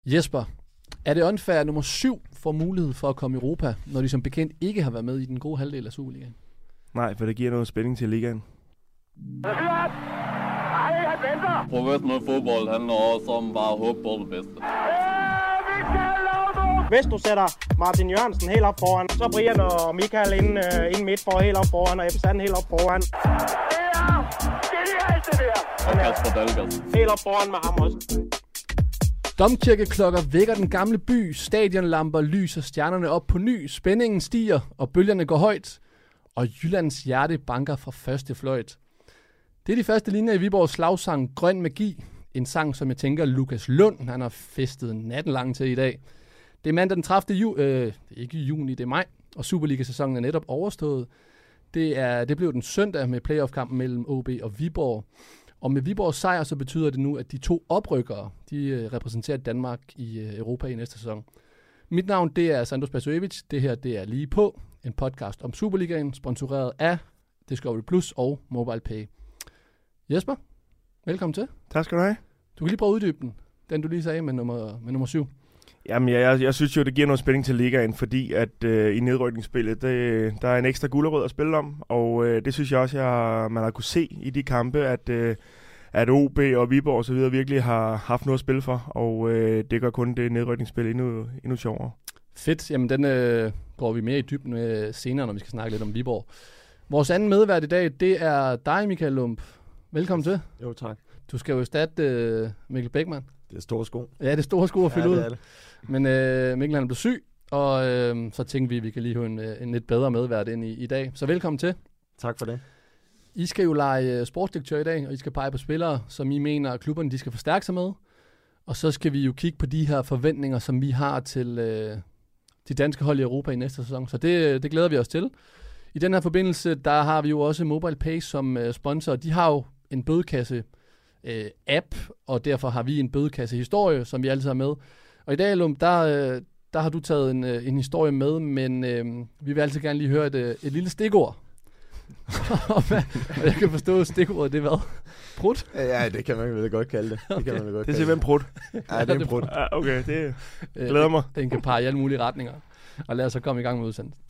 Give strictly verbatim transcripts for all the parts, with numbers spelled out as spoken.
Jesper, er det unfair, at nummer syv får mulighed for at komme i Europa, når de som bekendt ikke har været med i den gode halvdel af Superligaen? Nej, for det giver noget spænding til ligaen. Professionel fodbold handler også om bare at håbe på det bedste. Hvis du sætter Martin Jørgensen helt op foran, så Brian og Michael ind, uh, ind midt for helt op foran, og Ebbe Sand helt op foran. Det er genialt, det der! Og Kasper Dahlgaard. Helt op foran med ham også. Domkirkeklokker vækker den gamle by, stadionlamper lyser stjernerne op på ny, spændingen stiger, og bølgerne går højt, og Jyllands hjerte banker fra første fløjt. Det er de første linjer i Viborgs slagsang Grøn Magi, en sang, som jeg tænker Lukas Lund, han har festet natten lang til i dag. Det er mandag den tredivte juni, øh, ikke juni, det er maj, og Superliga-sæsonen er netop overstået. Det, er, det blev den søndag med playoff-kampen mellem O B og Viborg. Og med Viborgs sejr, så betyder det nu, at de to oprykkere, de øh, repræsenterer Danmark i øh, Europa i næste sæson. Mit navn, det er Sandro Spasojevic. Det her, det er Lige På, en podcast om Superligaen, sponsoreret af Discovery Plus og MobilePay. Jesper, velkommen til. Tak skal du have. Du kan lige prøve at uddybe den, den du lige sagde med nummer, med nummer syv. Jamen, jeg, jeg, jeg synes jo, det giver noget spænding til ligaen, fordi at øh, i nedrykningsspillet, det, der er en ekstra gulerod at spille om, og øh, det synes jeg også, jeg, man har kunne se i de kampe, at, øh, at O B og Viborg og så videre virkelig har haft noget at spille for, og øh, det gør kun det nedrykningsspil endnu, endnu sjovere. Fedt. Jamen, den øh, går vi mere i dybden med senere, når vi skal snakke lidt om Viborg. Vores anden medvært i dag, det er dig, Michael Lump. Velkommen til. Jo, tak. Du skal jo erstatte øh, Mikkel Bækman. Det er store sko. Ja, det er store sko at fylde ja, ud. det er det. Men øh, Mikkel han blev syg, og øh, så tænkte vi, at vi kan lige have en, en lidt bedre medvært ind i, i dag. Så velkommen til. Tak for det. I skal jo lege sportsdirektør i dag, og I skal pege på spillere, som I mener, at klubberne de skal forstærke sig med. Og så skal vi jo kigge på de her forventninger, som vi har til øh, de danske hold i Europa i næste sæson. Så det, det glæder vi os til. I den her forbindelse, der har vi jo også MobilePay som øh, sponsor. De har jo en bødekasse øh, app, og derfor har vi en bødekasse historie, som vi altid har med. Og i dag, Lum, der, øh, der har du taget en, øh, en historie med, men øh, vi vil altid gerne lige høre et, øh, et lille stikord. Og jeg kan forstå, at stikordet det er hvad? Prut? Ja, det kan man vel godt kalde det. Okay. Det kan man vel godt Det er kalde simpelthen prut. Ja, det er en prut. Ja, okay, det glæder mig. Den kan pege i alle mulige retninger. Og lad os så komme i gang med udsendelsen.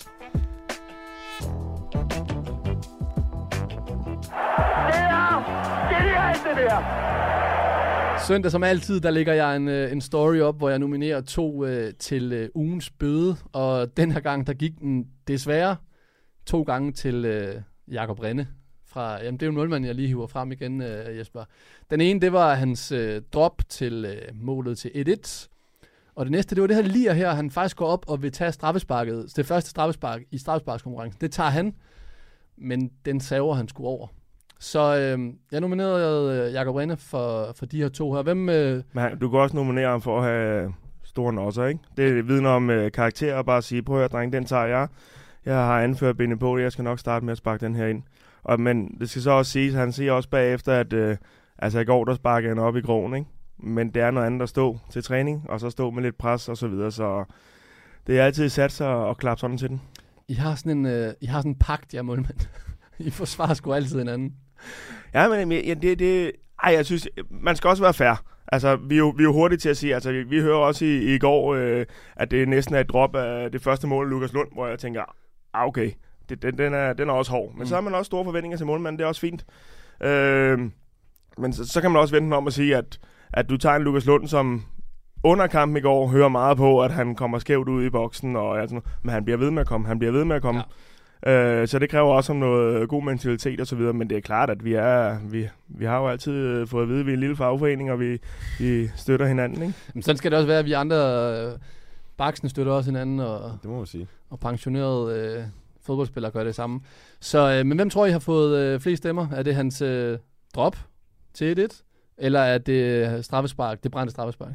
Det er genialt, det der! Søndag som altid, der lægger jeg en, en story op, hvor jeg nominerer to øh, til øh, ugens bøde. Og den her gang, der gik den desværre to gange til øh, Jakob Renne. Fra, jamen, det er jo nulmanden, jeg lige hiver frem igen, øh, Jesper. Den ene, det var hans øh, drop til øh, målet til et et. Og det næste, det var det her lige her, han faktisk går op og vil tage straffesparket. Det første straffespark i straffesparkskonkurrencen. Det tager han, men den saver han sgu over. Så øh, jeg nominerede øh, Jakob Renne for, for de her to her. Hvem, øh... Men du kan også nominere ham for at have store nosser, ikke? Det vidner om øh, karakter og bare sige, prøv at høre, dreng, den tager jeg. Jeg har anført benene på det, jeg skal nok starte med at sparke den her ind. Og, men det skal så også siges, han siger også bagefter, at øh, altså i går, der sparker han op i krogen, ikke? Men det er noget andet at stå til træning, og så stå med lidt pres og så videre, så det er altid sat sig og klappe sådan til den. I har sådan en, øh, I har sådan en pagt, jeg målmand. I forsvarer sgu altid hinanden. Ja, men ja, det, det, ej, jeg synes, man skal også være fair. Altså, vi er jo, vi er jo hurtige til at sige, altså, vi, vi hører også i, i går, øh, at det næsten er et drop af det første mål af Lukas Lund, hvor jeg tænker, ah, okay, det, den, den, er, den er også hård. Men mm. så har man også store forventninger til målmanden, det er også fint. Øh, men så, så kan man også vente om at sige, at, at du tager en Lukas Lund, som under kampen i går hører meget på, at han kommer skævt ud i boksen, og altså, men han bliver ved med at komme, han bliver ved med at komme. Ja. Øh, så det kræver også om noget god mentalitet og så videre, men det er klart, at vi er vi, vi har jo altid fået at vide, at vi er en lille fagforening, og vi, vi støtter hinanden, ikke? Men sådan skal det også være, at vi andre øh, baksene støtter også hinanden, og, det må man sige. Og pensionerede øh, fodboldspillere gør det samme. Så, øh, men hvem tror I har fået øh, flest stemmer? Er det hans øh, drop til et et, eller er det straffespark, det brændte straffespark?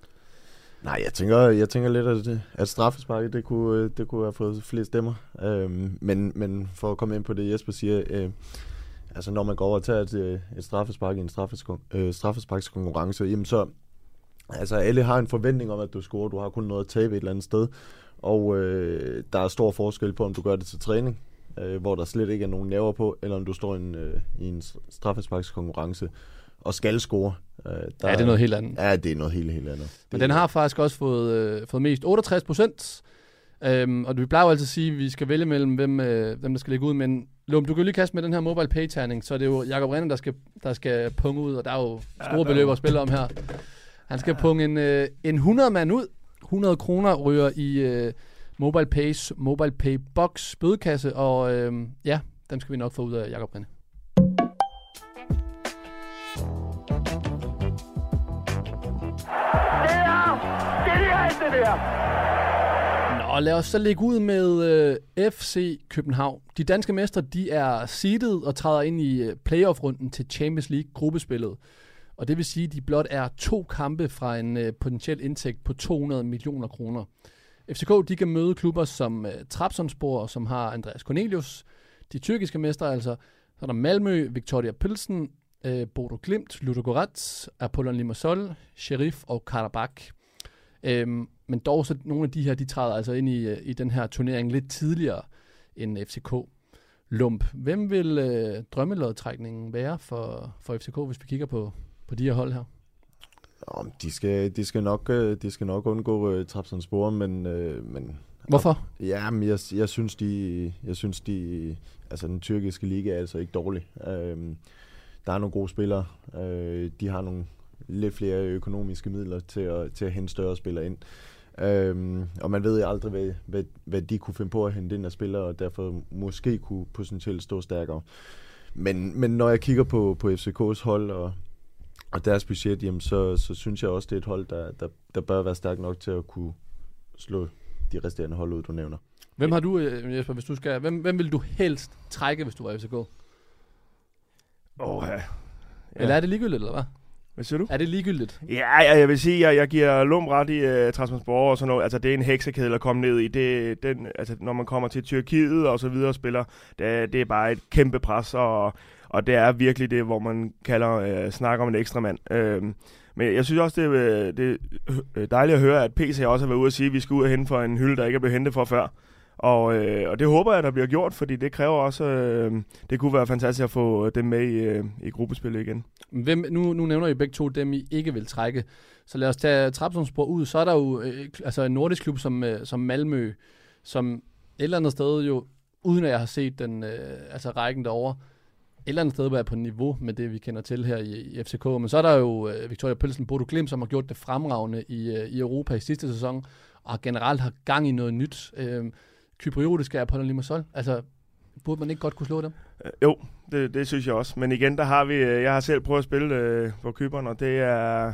Nej, jeg tænker, jeg tænker lidt, at, at straffesparket, det kunne, det kunne have fået flere stemmer. Øhm, men, men for at komme ind på det, Jesper siger, øh, altså når man går over og tager et, et straffespark i en øh, straffesparkskonkurrence, jamen så, altså alle har en forventning om, at du scorer, du har kun noget at tabe et eller andet sted, og øh, der er stor forskel på, om du gør det til træning, øh, hvor der slet ikke er nogen nerver på, eller om du står i en, øh, i en straffesparkskonkurrence, og skal score. Øh, der, ja, det er noget helt andet. Ja, det er noget helt, helt andet. Det Men den har faktisk også fået, øh, fået mest otteogtres procent. Øhm, og vi plejer jo altid at sige, at vi skal vælge mellem, hvem, øh, hvem der skal lægge ud. Men Lum, du kan lige kaste med den her mobile pay-terning, så er det jo Jakob Rinde, der skal, der skal punge ud, og der er jo store ja, beløb at spille om her. Han skal ja. punge en, øh, en hundrede mand ud. hundrede kroner ryger i øh, Mobile Pays Mobile Pay Box bødekasse, og øh, ja, dem skal vi nok få ud af Jakob Rinde. Det er genialt, det der! Nå, lad os så lægge ud med øh, F C København. De danske mestre, de er seedet og træder ind i øh, playoff-runden til Champions League-gruppespillet. Og det vil sige, at de blot er to kampe fra en øh, potentiel indtægt på to hundrede millioner kroner. F C K, de kan møde klubber som øh, Trabzonspor, som har Andreas Cornelius. De tyrkiske mestre altså. Så er der Malmö, Viktoria Pilsen, øh, Bodo Glimt, Ludogorets, Apollon Limassol, Sheriff og Karabakh. Øhm, men dog så nogle af de her, de træder altså ind i, i den her turnering lidt tidligere end F C K. Lump, hvem vil øh, drømmelodtrækningen være for, for F C K, hvis vi kigger på, på de her hold her? Jo, de skal, de skal nok, de skal nok undgå uh, Trabzonspor, men, uh, men hvorfor? Ja, men jeg, jeg synes de, jeg synes de, altså den tyrkiske liga er altså ikke dårlig. Uh, der er nogle gode spillere. Uh, de har nogle lidt flere økonomiske midler til at, til at hente større spillere ind. Øhm, og man ved aldrig, hvad, hvad, hvad de kunne finde på at hente ind af spillere, og derfor måske kunne potentielt stå stærkere. Men, men når jeg kigger på, på F C K's hold og, og deres budget, jamen så, så synes jeg også, det er et hold, der, der, der bør være stærkt nok til at kunne slå de resterende hold ud, du nævner. Hvem har du, Jesper, hvis du skal, hvem, hvem vil du helst trække, hvis du var F C K? Åh, oh, ja. Eller er det ligegyldigt, eller hvad? Hvad siger du? Er det ligegyldigt? Ja, jeg, jeg vil sige, at jeg, jeg giver Lum ret i uh, Trabzonspor og sådan noget. Altså, det er en heksekedel at komme ned i. Det, den, altså, når man kommer til Tyrkiet og så videre og spiller, det, det er bare et kæmpe pres, og, og det er virkelig det, hvor man kalder uh, snak om en ekstra mand. Uh, men jeg synes også, det er, det er dejligt at høre, at P C også har været ude og sige, at vi skal ud og hente for en hylde, der ikke er blevet hentet for før. Og, øh, og det håber jeg, der bliver gjort, fordi det kræver også, øh, det kunne være fantastisk at få dem med i, øh, i gruppespillet igen. Hvem, nu, nu nævner I begge to dem, I ikke vil trække. Så lad os tage Trabzonspor ud. Så er der jo øh, altså en nordisk klub som, øh, som Malmö, som et eller andet sted jo, uden at jeg har set den, øh, altså rækken derovre, et eller andet sted være på niveau med det, vi kender til her i, i F C K. Men så er der jo øh, Viktoria Pilsen, Bodo Glimt, som har gjort det fremragende i, øh, i Europa i sidste sæson, og generelt har gang i noget nyt. Øh, Kypriotiske er Apollon Limassol. Altså, burde man ikke godt kunne slå dem? Øh, jo, det, det synes jeg også. Men igen, der har vi, jeg har selv prøvet at spille øh, på Cypern, og det er,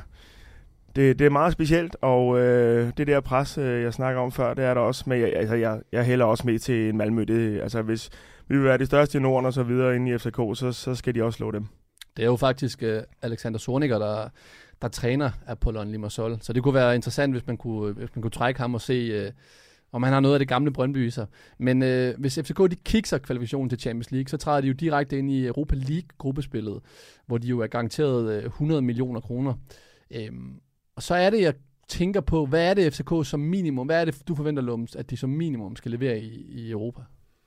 det, det er meget specielt, og øh, det der pres, øh, jeg snakker om før, det er der også. Men jeg, altså, jeg, jeg hælder også med til en Malmö. Det, altså, hvis vi vil være de største i Norden og så videre inde i F C K, så, så skal de også slå dem. Det er jo faktisk uh, Alexander Zorniger, der, der træner Apollon Limassol. Så det kunne være interessant, hvis man kunne, hvis man kunne trække ham og se... Uh, om han har noget af det gamle Brøndby i sig. Men øh, hvis F C K de kikser kvalifikationen til Champions League, så træder de jo direkte ind i Europa League-gruppespillet, hvor de jo er garanteret øh, hundrede millioner kroner. Øhm, og så er det, jeg tænker på, hvad er det F C K som minimum, hvad er det, du forventer, Lums, at de som minimum skal levere i, i Europa?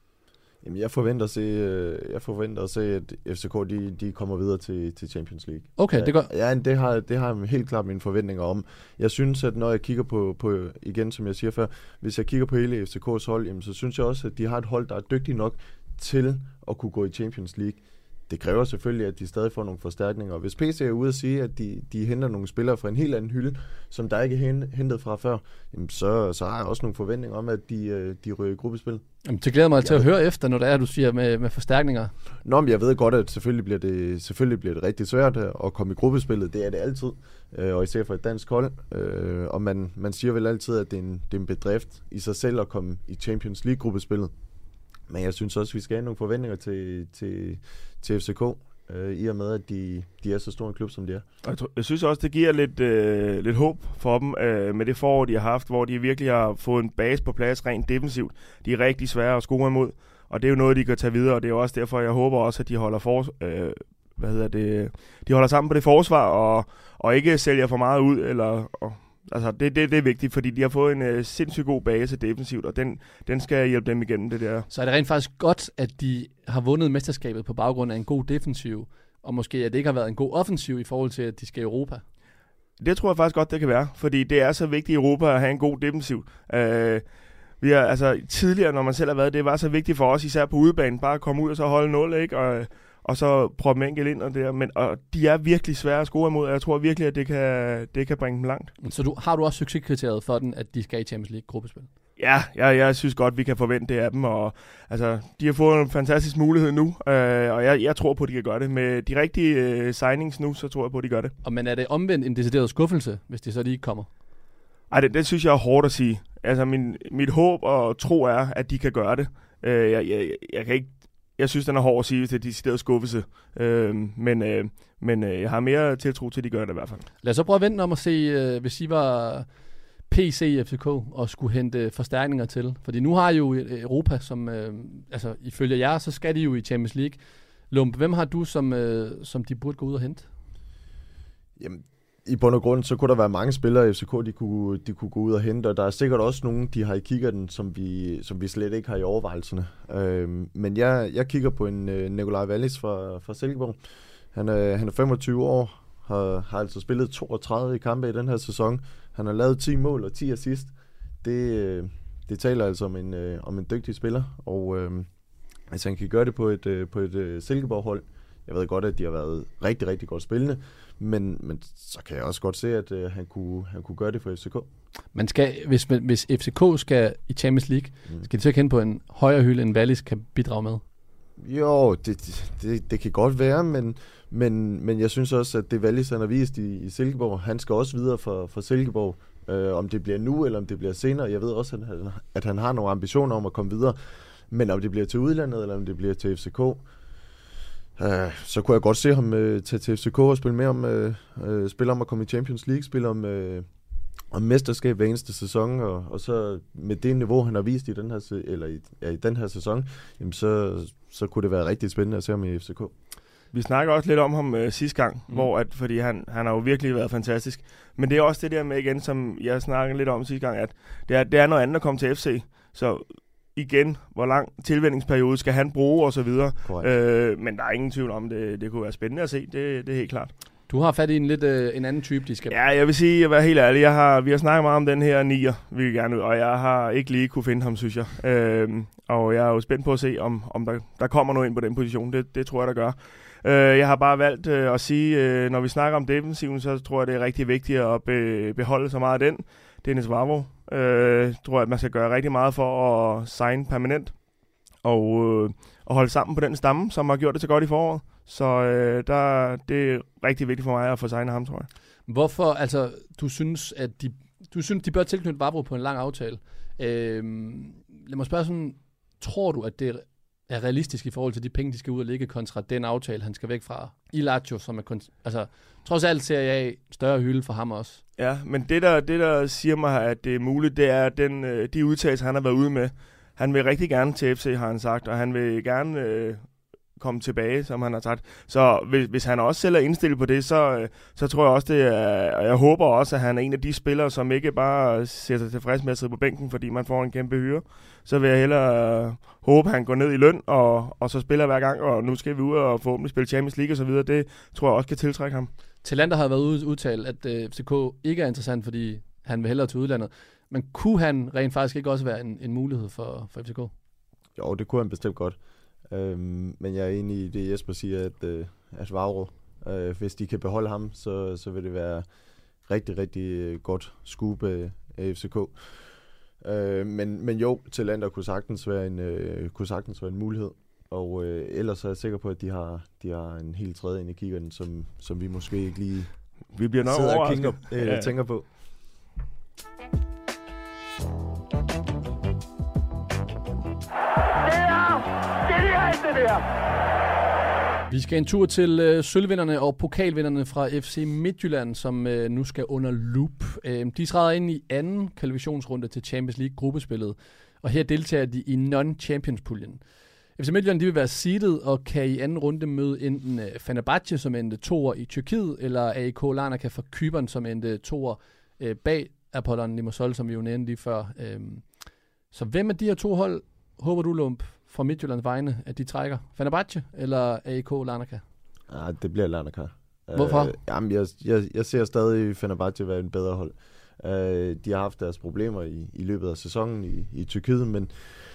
Jamen, jeg forventer at se, jeg forventer at se, at F C K de, de kommer videre til, til Champions League. Okay, ja, det går. Ja, det har, det har jeg helt klart mine forventninger om. Jeg synes, at når jeg kigger på, på igen, som jeg siger før, hvis jeg kigger på hele F C K's hold, jamen, så synes jeg også, at de har et hold, der er dygtigt nok til at kunne gå i Champions League. Det kræver selvfølgelig, at de stadig får nogle forstærkninger. Hvis P C er ude at sige, at de, de henter nogle spillere fra en helt anden hylde, som der ikke er hentet fra før, jamen så, så har jeg også nogle forventninger om, at de, de ryger i gruppespil. Jamen, det glæder mig til at høre efter, når det er, du siger med, med forstærkninger. Nå, men jeg ved godt, at selvfølgelig bliver det, selvfølgelig bliver det rigtig svært at komme i gruppespillet. Det er det altid, og især for et dansk hold. Og man, man siger vel altid, at det er, en, det er en bedrift i sig selv at komme i Champions League-gruppespillet. Men jeg synes også, at vi skal have nogle forventninger til, til, til F C K, øh, i og med, at de, de er så stor en klub, som de er. Jeg, tror, jeg synes også, det giver lidt, øh, lidt håb for dem øh, med det forår, de har haft, hvor de virkelig har fået en base på plads rent defensivt. De er rigtig svære at score imod, og det er jo noget, de kan tage videre, og det er jo også derfor, jeg håber også, at de holder, for, øh, hvad hedder det, de holder sammen på det forsvar, og, og ikke sælger for meget ud, eller... Og, altså, det, det, det er vigtigt, fordi de har fået en øh, sindssygt god base defensivt, og den, den skal hjælpe dem igennem det der. Så er det rent faktisk godt, at de har vundet mesterskabet på baggrund af en god defensiv, og måske at det ikke har været en god offensiv i forhold til, at de skal i Europa. Det tror jeg faktisk godt, det kan være, fordi det er så vigtigt i Europa at have en god defensiv. Øh, vi har, altså, tidligere, når man selv har været, det var så vigtigt for os, især på udebanen, bare at komme ud og så holde nul, ikke? Og, og så proppe enkelt ind og det. Men og de er virkelig svære at score imod, og jeg tror virkelig, at det kan, det kan bringe dem langt. Så du, har du også succeskriteriet for den, at de skal i Champions League-gruppespil? Ja, jeg, jeg synes godt, vi kan forvente det af dem, og altså, de har fået en fantastisk mulighed nu, øh, og jeg, jeg tror på, at de kan gøre det. Med de rigtige øh, signings nu, så tror jeg på, at de gør det. Og men er det omvendt en decideret skuffelse, hvis de så lige kommer? Ej, det, det synes jeg er hårdt at sige. Altså, min, mit håb og tro er, at de kan gøre det. Øh, jeg, jeg, jeg kan ikke... Jeg synes, den er hård at sige, hvis det er decideret skuffelse. Øh, men øh, men øh, jeg har mere tiltro til, at de gør det i hvert fald. Lad os så prøve at vente om at se, øh, hvis I var P C i F C K og skulle hente forstærkninger til. Fordi nu har jo Europa, som øh, altså ifølge jer, så skal de jo i Champions League. Lump, hvem har du, som, øh, som de burde gå ud og hente? Jamen, i bund og grund, så kunne der være mange spillere i F C K, de kunne, de kunne gå ud og hente, og der er sikkert også nogen, de har i kikkerten, som vi, som vi slet ikke har i overvejelserne. Øhm, men jeg, jeg kigger på en uh, Nikolaj Wallis fra, fra Silkeborg. Han er, han er femogtyve år, har, har altså spillet toogtredive i kampe i den her sæson. Han har lavet ti mål og ti assist. Det, det taler altså om en, uh, om en dygtig spiller, og uh, altså han kan gøre det på et, uh, på et uh, Silkeborg-hold. Jeg ved godt, at de har været rigtig, rigtig godt spillende, men, men så kan jeg også godt se, at uh, han, kunne, han kunne gøre det for F C K. Man skal, hvis, hvis F C K skal i Champions League, mm. skal de så kende på en højere hylde, end Wallis kan bidrage med? Jo, det, det, det kan godt være, men, men, men jeg synes også, at det Wallis, han har vist i, i Silkeborg, han skal også videre for, for Silkeborg. Øh, om det bliver nu, eller om det bliver senere. Jeg ved også, at han, at han har nogle ambitioner om at komme videre, men om det bliver til udlandet, eller om det bliver til F C K, Uh, så kunne jeg godt se ham uh, tage til F C K og spille mere om, uh, uh, spille om at komme i Champions League, spille om, uh, om mesterskab hver eneste sæson, og, og så med det niveau, han har vist i den her, se- eller i, ja, i den her sæson, jamen så, så kunne det være rigtig spændende at se ham i F C K. Vi snakker også lidt om ham uh, sidste gang, mm. hvor at, fordi han, han har jo virkelig været fantastisk. Men det er også det der med igen, som jeg snakkede lidt om sidste gang, at det er, det er noget andet at komme til F C, så igen, hvor lang tilvændingsperiode skal han bruge og så videre. Øh, men der er ingen tvivl om, det, det kunne være spændende at se. Det, det er helt klart. Du har fat i en lidt øh, en anden type, de skal... Ja, jeg vil sige, at være helt ærlig, jeg har, vi har snakket meget om den her nier, vi vil gerne ud, og jeg har ikke lige kunne finde ham, synes jeg. Øh, og jeg er jo spændt på at se, om, om der, der kommer noget ind på den position. Det, det tror jeg, der gør. Øh, jeg har bare valgt øh, at sige, øh, når vi snakker om defensiven, så tror jeg, det er rigtig vigtigt at be, beholde så meget af den. Dennis Vavro. Øh, tror jeg, at man skal gøre rigtig meget for at signe permanent og, øh, og holde sammen på den stamme, som har gjort det så godt i foråret. Så øh, der, det er rigtig vigtigt for mig at få signet ham, tror jeg. Hvorfor, altså, du synes, at de, du synes, de bør tilknytte Vavro på en lang aftale. Øh, lad mig spørge sådan, tror du, at det er realistisk i forhold til de penge, de skal ud og ligge kontra den aftale, han skal væk fra? I Lazio, som er, kon- altså, trods alt ser jeg større hylde for ham også. Ja, men det der, det, der siger mig, at det er muligt, det er den, de udtalelser, han har været ude med. Han vil rigtig gerne til F C, har han sagt, og han vil gerne øh, komme tilbage, som han har sagt. Så hvis, hvis han også selv er indstillet på det, så, så tror jeg også, det er, og jeg håber også, at han er en af de spillere, som ikke bare ser sig tilfreds med at sidde på bænken, fordi man får en kæmpe hyre. Så vil jeg hellere øh, håbe, at han går ned i løn, og, og så spiller hver gang, og nu skal vi ud og forhåbentlig spille Champions League og så videre. Det tror jeg også kan tiltrække ham. Talander har været ude udtalt, at øh, F C K ikke er interessant, fordi han vil hellere til udlandet. Men kunne han rent faktisk ikke også være en, en mulighed for, for F C K? Jo, det kunne han bestemt godt. Øhm, men jeg er enig i det, Jesper siger, at, øh, at Vavro, øh, hvis de kan beholde ham, så, så vil det være rigtig, rigtig godt scoop af, af F C K. Øh, men, men jo, Talander kunne sagtens være en, øh, kunne sagtens være en mulighed. Og øh, ellers er jeg sikker på, at de har, de har en helt tredje ind i kiggeren, som, som vi måske ikke lige vi bliver nok sidder og kigger, øh, ja. tænker på. Det er genialt, det der! Vi skal en tur til øh, sølvvinderne og pokalvinderne fra F C Midtjylland, som øh, nu skal under loop. Øh, de træder ind i anden kvalifikationsrunde til Champions League gruppespillet, og her deltager de i non-champions-puljen. F C Midtjylland de vil være seedet og kan i anden runde møde enten øh, Fenerbahce, som endte toer i Tyrkiet, eller A E K Larnaca fra Cypern, som endte toer øh, bag Apollon Limassol, som vi jo nævnte lige før. Øh, så hvem af de her to hold håber du, Lump, fra Midtjyllands vegne, at de trækker? Fenerbahce eller A E K Larnaca? Nej, det bliver Lanaka. Hvorfor? Øh, jamen, jeg, jeg, jeg ser stadig Fenerbahce være en bedre hold. Øh, de har haft deres problemer i, i løbet af sæsonen i, i Tyrkiet, men,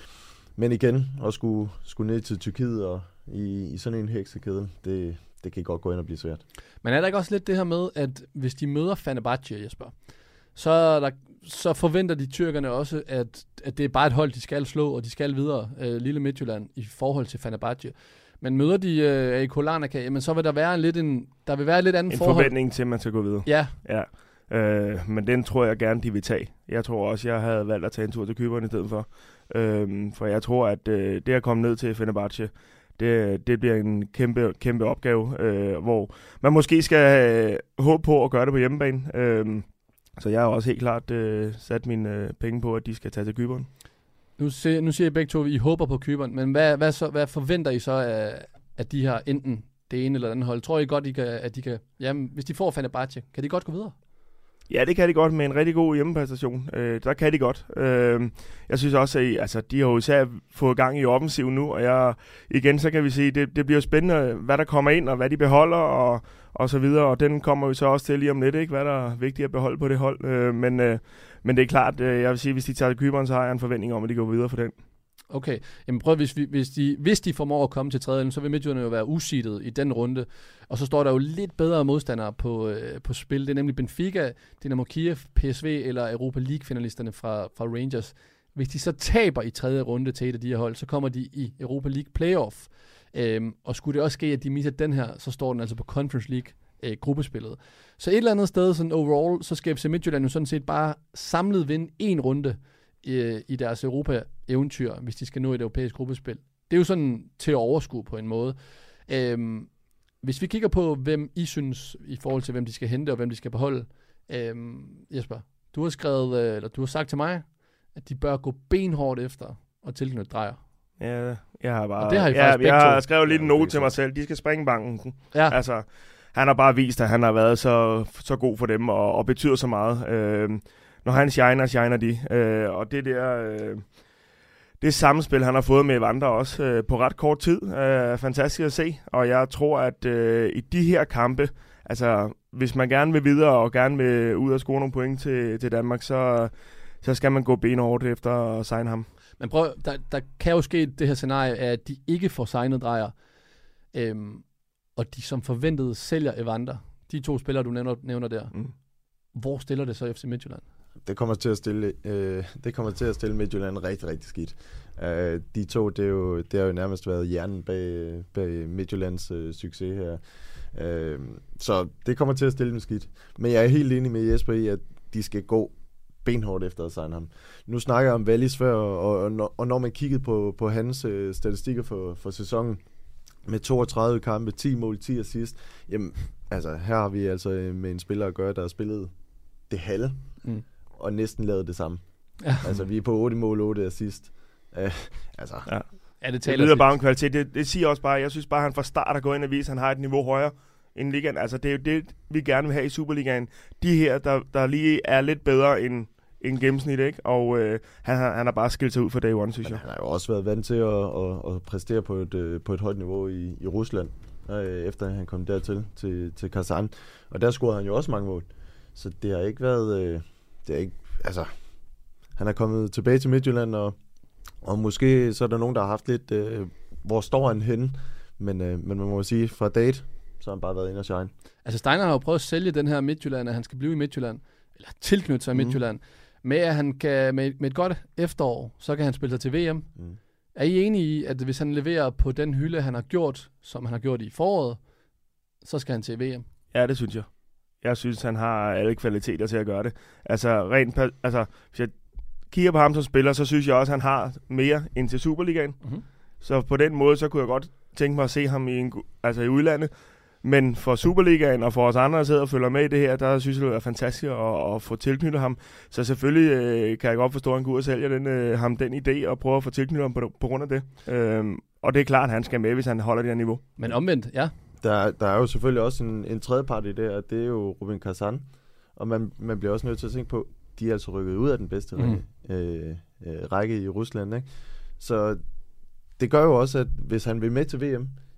men igen, at skulle, skulle ned til Tyrkiet og i, i sådan en heksekedel, det, det kan godt gå ind og blive svært. Men er der ikke også lidt det her med, at hvis de møder Fenerbahce, Jesper, så, er der, så forventer de tyrkerne også, at, at det er bare et hold, de skal slå, og de skal videre, øh, lille Midtjylland, i forhold til Fenerbahce. Men møder de øh, A I K Larnaca, jamen så vil der være en lidt en, der vil være et lidt anden en forhold. En forventning til, at man skal gå videre. Ja. Ja. Øh, men den tror jeg gerne, de vil tage. Jeg tror også, jeg havde valgt at tage en tur til Cypern i stedet for. Øh, for jeg tror, at øh, det at komme ned til Fenerbahce, det, det bliver en kæmpe, kæmpe opgave, øh, hvor man måske skal øh, håbe på at gøre det på hjemmebane. Øh, så jeg har også helt klart øh, sat mine øh, penge på, at de skal tage til Cypern. Nu, se, nu siger I begge to, at I håber på Cypern, men hvad, hvad, så, hvad forventer I så af, af de her enten det ene eller andet hold? Tror I godt, I kan, at de kan, jamen, hvis de får Fenerbahce, kan de godt gå videre? Ja, det kan de godt med en rigtig god hjemmepræstation. Øh, der kan de godt. Øh, jeg synes også, at altså, de har jo især fået gang i offensiven nu, og jeg, igen, så kan vi sige, det, det bliver spændende, hvad der kommer ind, og hvad de beholder, og, og så videre, og den kommer vi så også til lige om lidt, ikke? Hvad der er vigtigt at beholde på det hold. Øh, men, øh, men det er klart, øh, jeg vil sige, hvis de tager Cypern, så har jeg en forventning om, at de går videre for den. Okay, jamen prøv, hvis, vi, hvis, de, hvis de formår at komme til tredje, så vil Midtjylland jo være useedet i den runde. Og så står der jo lidt bedre modstandere på, øh, på spil. Det er nemlig Benfica, Dynamo Kiev, P S V eller Europa League-finalisterne fra, fra Rangers. Hvis de så taber i tredje runde til et af de her hold, så kommer de i Europa League Playoff. Øhm, og skulle det også ske, at de misser den her, så står den altså på Conference League øh, gruppespillet. Så et eller andet sted, sådan overall, så skal F C Midtjylland jo sådan set bare samlet vinde en runde i deres Europa-eventyr, hvis de skal nå et europæisk gruppespil. Det er jo sådan til at overskue på en måde. Øhm, hvis vi kigger på, hvem I synes, i forhold til, hvem de skal hente, og hvem de skal beholde. Øhm, Jesper, du har skrevet, eller du har sagt til mig, at de bør gå benhårdt efter og tilknytte Drejer. Ja, jeg har bare... Og det har I ja, faktisk jeg har to. skrevet lidt en note til mig selv. De skal springe banken. Ja. Altså, han har bare vist, at han har været så, så god for dem, og, og betyder så meget. Øhm, Når han shiner, shiner de. Øh, og det der øh, det samspil, han har fået med Evander også øh, på ret kort tid, er øh, fantastisk at se. Og jeg tror, at øh, i de her kampe, altså hvis man gerne vil videre og gerne vil ud og score nogle point til, til Danmark, så, så skal man gå benhårdt efter at signe ham. Men prøv, der, der kan jo ske det her scenarie, at de ikke får signet Drejer, øhm, og de som forventet sælger Evander. De to spillere, du nævner, nævner der. Mm. Hvor stiller det så F C Midtjylland? Det kommer til at stille, øh, det kommer til at stille Midtjylland rigtig, rigtig skidt. Uh, de to, det, er jo, det har jo nærmest været hjernen bag, bag Midtjyllands øh, succes her. Uh, så det kommer til at stille dem skidt. Men jeg er helt enig med Jesper i, at de skal gå benhårdt efter at signe ham. Nu snakker jeg om Wallis før, og, og, når, og når man kiggede på, på hans øh, statistikker for, for sæsonen, med toogtredive kampe, ti mål, ti assist, jamen, altså, her har vi altså med en spiller at gøre, der har spillet det halve, mm. og næsten lavet det samme. Ja. Altså, vi er på otte mål, otte assist. Uh, altså. Ja. Ja, det, det lyder bare om kvalitet. Det, det siger også bare, jeg synes bare, at han fra start har gået ind og vist, at han har et niveau højere end ligaen. Altså, det er jo det, vi gerne vil have i Superligaen. De her, der, der lige er lidt bedre end, end gennemsnit, ikke? Og øh, han, han har bare skilt sig ud for day one, synes jeg. Han har jo også været vant til at, at, at præstere på et, på et højt niveau i, i Rusland, øh, efter han kom dertil, til, til Kazan. Og der scorede han jo også mange mål. Så det har ikke været... Øh, det er ikke, altså, han er kommet tilbage til Midtjylland, og, og måske så er der nogen, der har haft lidt... Øh, hvor står han henne? Men, øh, men man må sige, fra date, så har han bare været inde og shine. Altså Steiner har jo prøvet at sælge den her Midtjylland, at han skal blive i Midtjylland, eller tilknytte sig i Midtjylland, mm. med at han kan, med, med et godt efterår, så kan han spille sig til V M. Mm. Er I enige i, at hvis han leverer på den hylde, han har gjort, som han har gjort i foråret, så skal han til V M? Ja, det synes jeg. Jeg synes, han har alle kvaliteter til at gøre det. Altså, rent, altså hvis jeg kigger på ham som spiller, så synes jeg også, at han har mere end til Superligaen. Mm-hmm. Så på den måde, så kunne jeg godt tænke mig at se ham i, en, altså i udlandet. Men for Superligaen og for os andre, der sidder og følger med i det her, der synes jeg, det er fantastisk at, at få tilknyttet ham. Så selvfølgelig øh, kan jeg godt forstå, at han går ud og sælger den, øh, ham den idé og prøver at få tilknyttet ham på, på grund af det. Øhm, og det er klart, at han skal med, hvis han holder det her niveau. Men omvendt, ja. Der, der er jo selvfølgelig også en, en tredje part i det, og det er jo Rubin Kazan. Og man, man bliver også nødt til at tænke på, de er altså rykket ud af den bedste mm. række, øh, øh, række i Rusland, ikke? Så det gør jo også, at hvis han vil med til V M,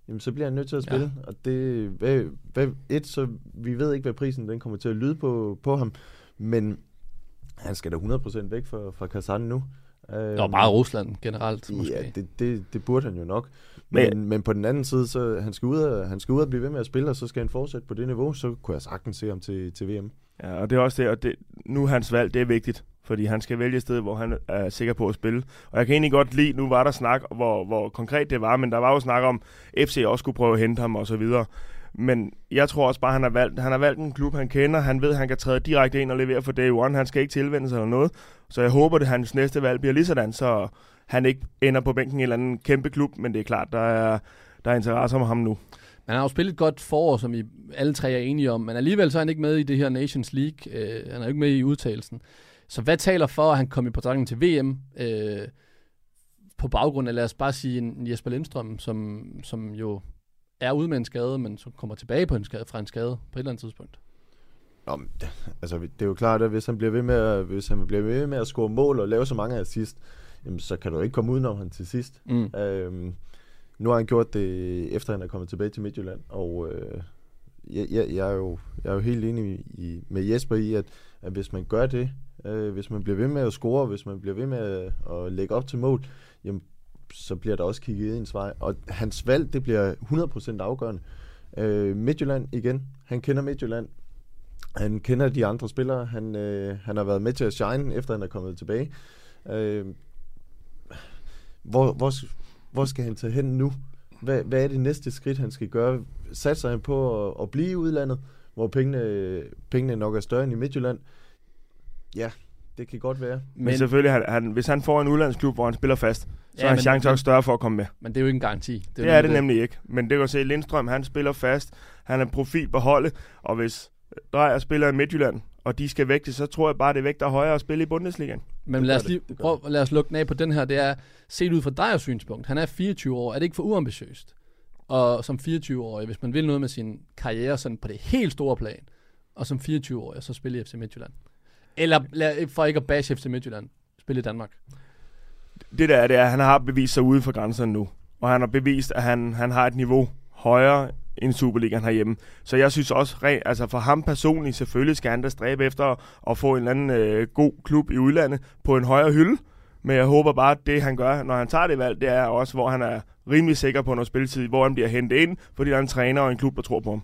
jamen, så bliver han nødt til at spille. Ja. Og det, hvad, hvad, et, så vi ved ikke, hvad prisen den kommer til at lyde på, på ham, men han skal da hundrede procent væk fra, fra Kazan nu. Og bare Rusland generelt, måske. Ja, det, det, det burde han jo nok. Men, men, men på den anden side, så han skal, ud og, han skal ud og blive ved med at spille, og så skal han fortsætte på det niveau, så kunne jeg sagtens se ham til, til V M. Ja, og det er også det, og det, nu hans valg, det er vigtigt, fordi han skal vælge et sted, hvor han er sikker på at spille. Og jeg kan egentlig godt lide, nu var der snak, hvor, hvor konkret det var, men der var jo snak om, F C også skulle prøve at hente ham og så videre. Men jeg tror også bare, han har valgt, han har valgt en klub, han kender. Han ved, han kan træde direkte ind og levere for day one. Han skal ikke tilvende sig eller noget. Så jeg håber, at hans næste valg bliver lige sådan, så han ikke ender på bænken i en eller anden kæmpe klub. Men det er klart, der er, der er interesse om ham nu. Han har jo spillet et godt forår, som I alle tre er enige om. Men alligevel så er han ikke med i det her Nations League. Øh, han er ikke med i udtagelsen. Så hvad taler for, at han kom i betragtning til V M? Øh, på baggrund af, lad os bare sige, en Jesper Lindstrøm, som, som jo er ude med en skade, men som kommer tilbage på en skade, fra en skade på et eller andet tidspunkt. Nå, altså, det er jo klart, at hvis han bliver ved med at, hvis han bliver ved med at score mål og lave så mange assist, jamen, så kan du ikke komme udenom han til sidst. Mm. Øhm, nu har han gjort det, efter han er kommet tilbage til Midtjylland, og øh, jeg, jeg, jeg, er jo, jeg er jo helt enig i, med Jesper i, at, at hvis man gør det, øh, hvis man bliver ved med at score, hvis man bliver ved med at, at lægge op til mål, jamen, så bliver der også kigget i ens vej. Og hans valg, det bliver hundrede procent afgørende. Øh, Midtjylland igen. Han kender Midtjylland. Han kender de andre spillere. Han, øh, han har været med til at shine, efter han er kommet tilbage. Øh, hvor, hvor, hvor skal han tage hen nu? Hvad, hvad er det næste skridt, han skal gøre? Satser han på at, at blive i udlandet, hvor pengene, pengene nok er større end i Midtjylland? Ja, det kan godt være. Men, men selvfølgelig, han, han, hvis han får en udlandsklub, hvor han spiller fast, så ja, er hans chance også større for at komme med. Men det er jo ikke en garanti. Det er, det, er det nemlig ikke. Men det kan se, Lindstrøm, han spiller fast, han er profil på holdet, og hvis Drejer spiller i Midtjylland, og de skal vægte, så tror jeg bare, det vægter højere at spille i Bundesligaen. Men lad os, lige, prøv, lad os lukke den af på den her. Det er set ud fra Drejers synspunkt. Han er fireogtyve år. Er det ikke for uambitiøst? Og som fireogtyve-årig, hvis man vil noget med sin karriere sådan på det helt store plan, og som fireogtyve-årig, så spille i F C Midtjylland. Eller lad, for ikke at bashe F C Midtjylland, spille i Danmark. Det der er, det er, at han har bevist sig ude for grænserne nu. Og han har bevist, at han, han har et niveau højere end Superligaen herhjemme. Så jeg synes også, altså for ham personligt, selvfølgelig skal han da stræbe efter at få en eller anden øh, god klub i udlandet på en højere hylde. Men jeg håber bare, at det han gør, når han tager det valg, det er også, hvor han er rimelig sikker på noget spilletid, hvor han bliver hentet ind, fordi der er en træner og en klub, der tror på ham.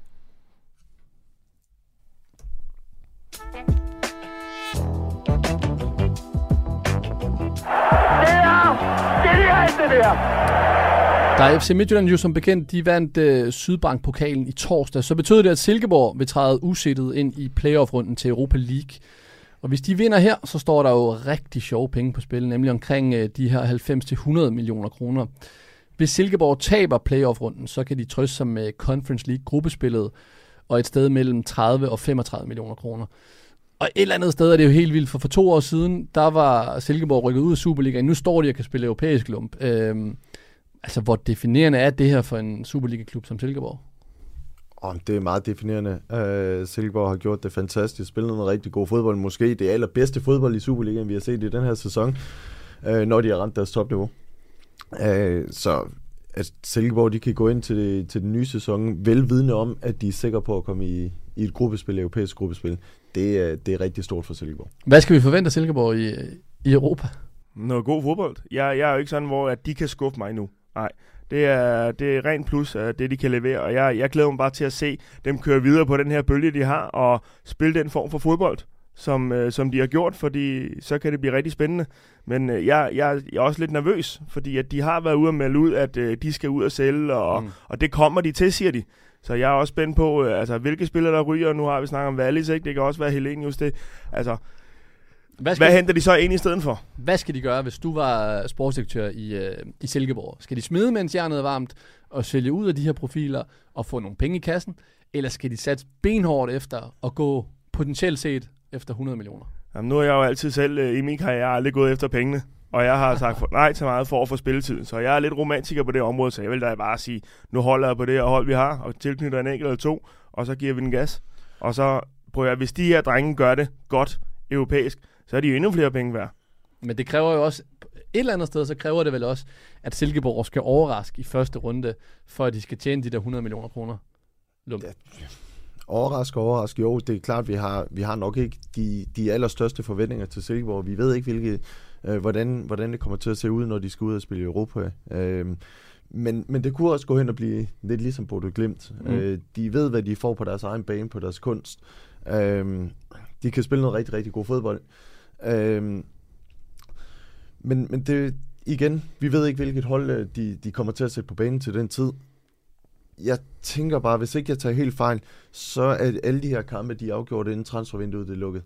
Der er F C Midtjylland jo som bekendt, de vandt øh, Sydbank-pokalen i torsdag, så betød det, at Silkeborg vil træde usettet ind i playoff-runden til Europa League. Og hvis de vinder her, så står der jo rigtig sjove penge på spil, nemlig omkring øh, de her halvfems til hundrede millioner kroner. Hvis Silkeborg taber playoff-runden, så kan de trøste sig med Conference League-gruppespillet og et sted mellem tredive og femogtredive millioner kroner. Og et eller andet sted er det jo helt vildt, for for to år siden, der var Silkeborg rykket ud af Superligaen. Nu står de og kan spille europæisk lump. Øhm, altså, hvor definerende er det her for en Superliga-klub som Silkeborg? Oh, det er meget definerende. Uh, Silkeborg har gjort det fantastisk. Spillet noget rigtig god fodbold. Måske det allerbedste fodbold i Superligaen, vi har set i den her sæson, uh, når de har ramt deres topniveau. Uh, så at Silkeborg de kan gå ind til, det, til den nye sæson velvidende om, at de er sikre på at komme i, i et gruppespil, europæisk gruppespil. Det er, det er rigtig stort for Silkeborg. Hvad skal vi forvente af Silkeborg i, i Europa? Noget god fodbold. Jeg, jeg er jo ikke sådan, hvor at de kan skuffe mig nu. Nej, det er, det er rent plus af det, de kan levere. Og jeg, jeg glæder mig bare til at se dem køre videre på den her bølge, de har, og spille den form for fodbold, som, øh, som de har gjort, fordi så kan det blive rigtig spændende. Men øh, jeg, jeg, jeg er også lidt nervøs, fordi at de har været ude og melde ud, at øh, de skal ud og sælge, og, mm. og det kommer de til, siger de. Så jeg er også spændt på, øh, altså, hvilke spillere der ryger. Nu har vi snakket om Wallis, ikke? Det kan også være Helenius. Det. Altså, hvad, hvad henter de så ind i stedet for? Hvad skal de gøre, hvis du var sportsdirektør i, øh, i Silkeborg? Skal de smide, mens jernet er varmt, og sælge ud af de her profiler og få nogle penge i kassen? Eller skal de satse benhårdt efter at gå potentielt set efter hundrede millioner? Jamen, nu er jeg jo altid selv øh, i min karriere aldrig gået efter pengene. Og jeg har sagt for, nej til meget for at få spilletid. Så jeg er lidt romantiker på det område, så jeg vil da bare sige, nu holder jeg på det her hold, vi har, og tilknytter en enkelt eller to, og så giver vi den gas. Og så prøver jeg, hvis de her drenge gør det godt europæisk, så er de jo endnu flere penge værd. Men det kræver jo også et eller andet sted, så kræver det vel også, at Silkeborg skal overraske i første runde, for at de skal tjene de der hundrede millioner kroner. Lump. Ja, overraske, overraske. Jo, det er klart, vi har, vi har nok ikke de, de allerstørste forventninger til Silkeborg. Vi ved ikke, hvilke, øh, hvordan, hvordan det kommer til at se ud, når de skal ud og spille i Europa. Øh, men, men det kunne også gå hen og blive lidt ligesom Bodø Glimt. Mm. Øh, de ved, hvad de får på deres egen bane, på deres kunst. Øh, de kan spille noget rigtig, rigtig god fodbold. Øh, men, men det, igen, vi ved ikke, hvilket hold de, de kommer til at sætte på banen til den tid. Jeg tænker bare, hvis ikke jeg tager helt fejl, så er alle de her kampe, de er afgjort inden transfervinduet det er lukket.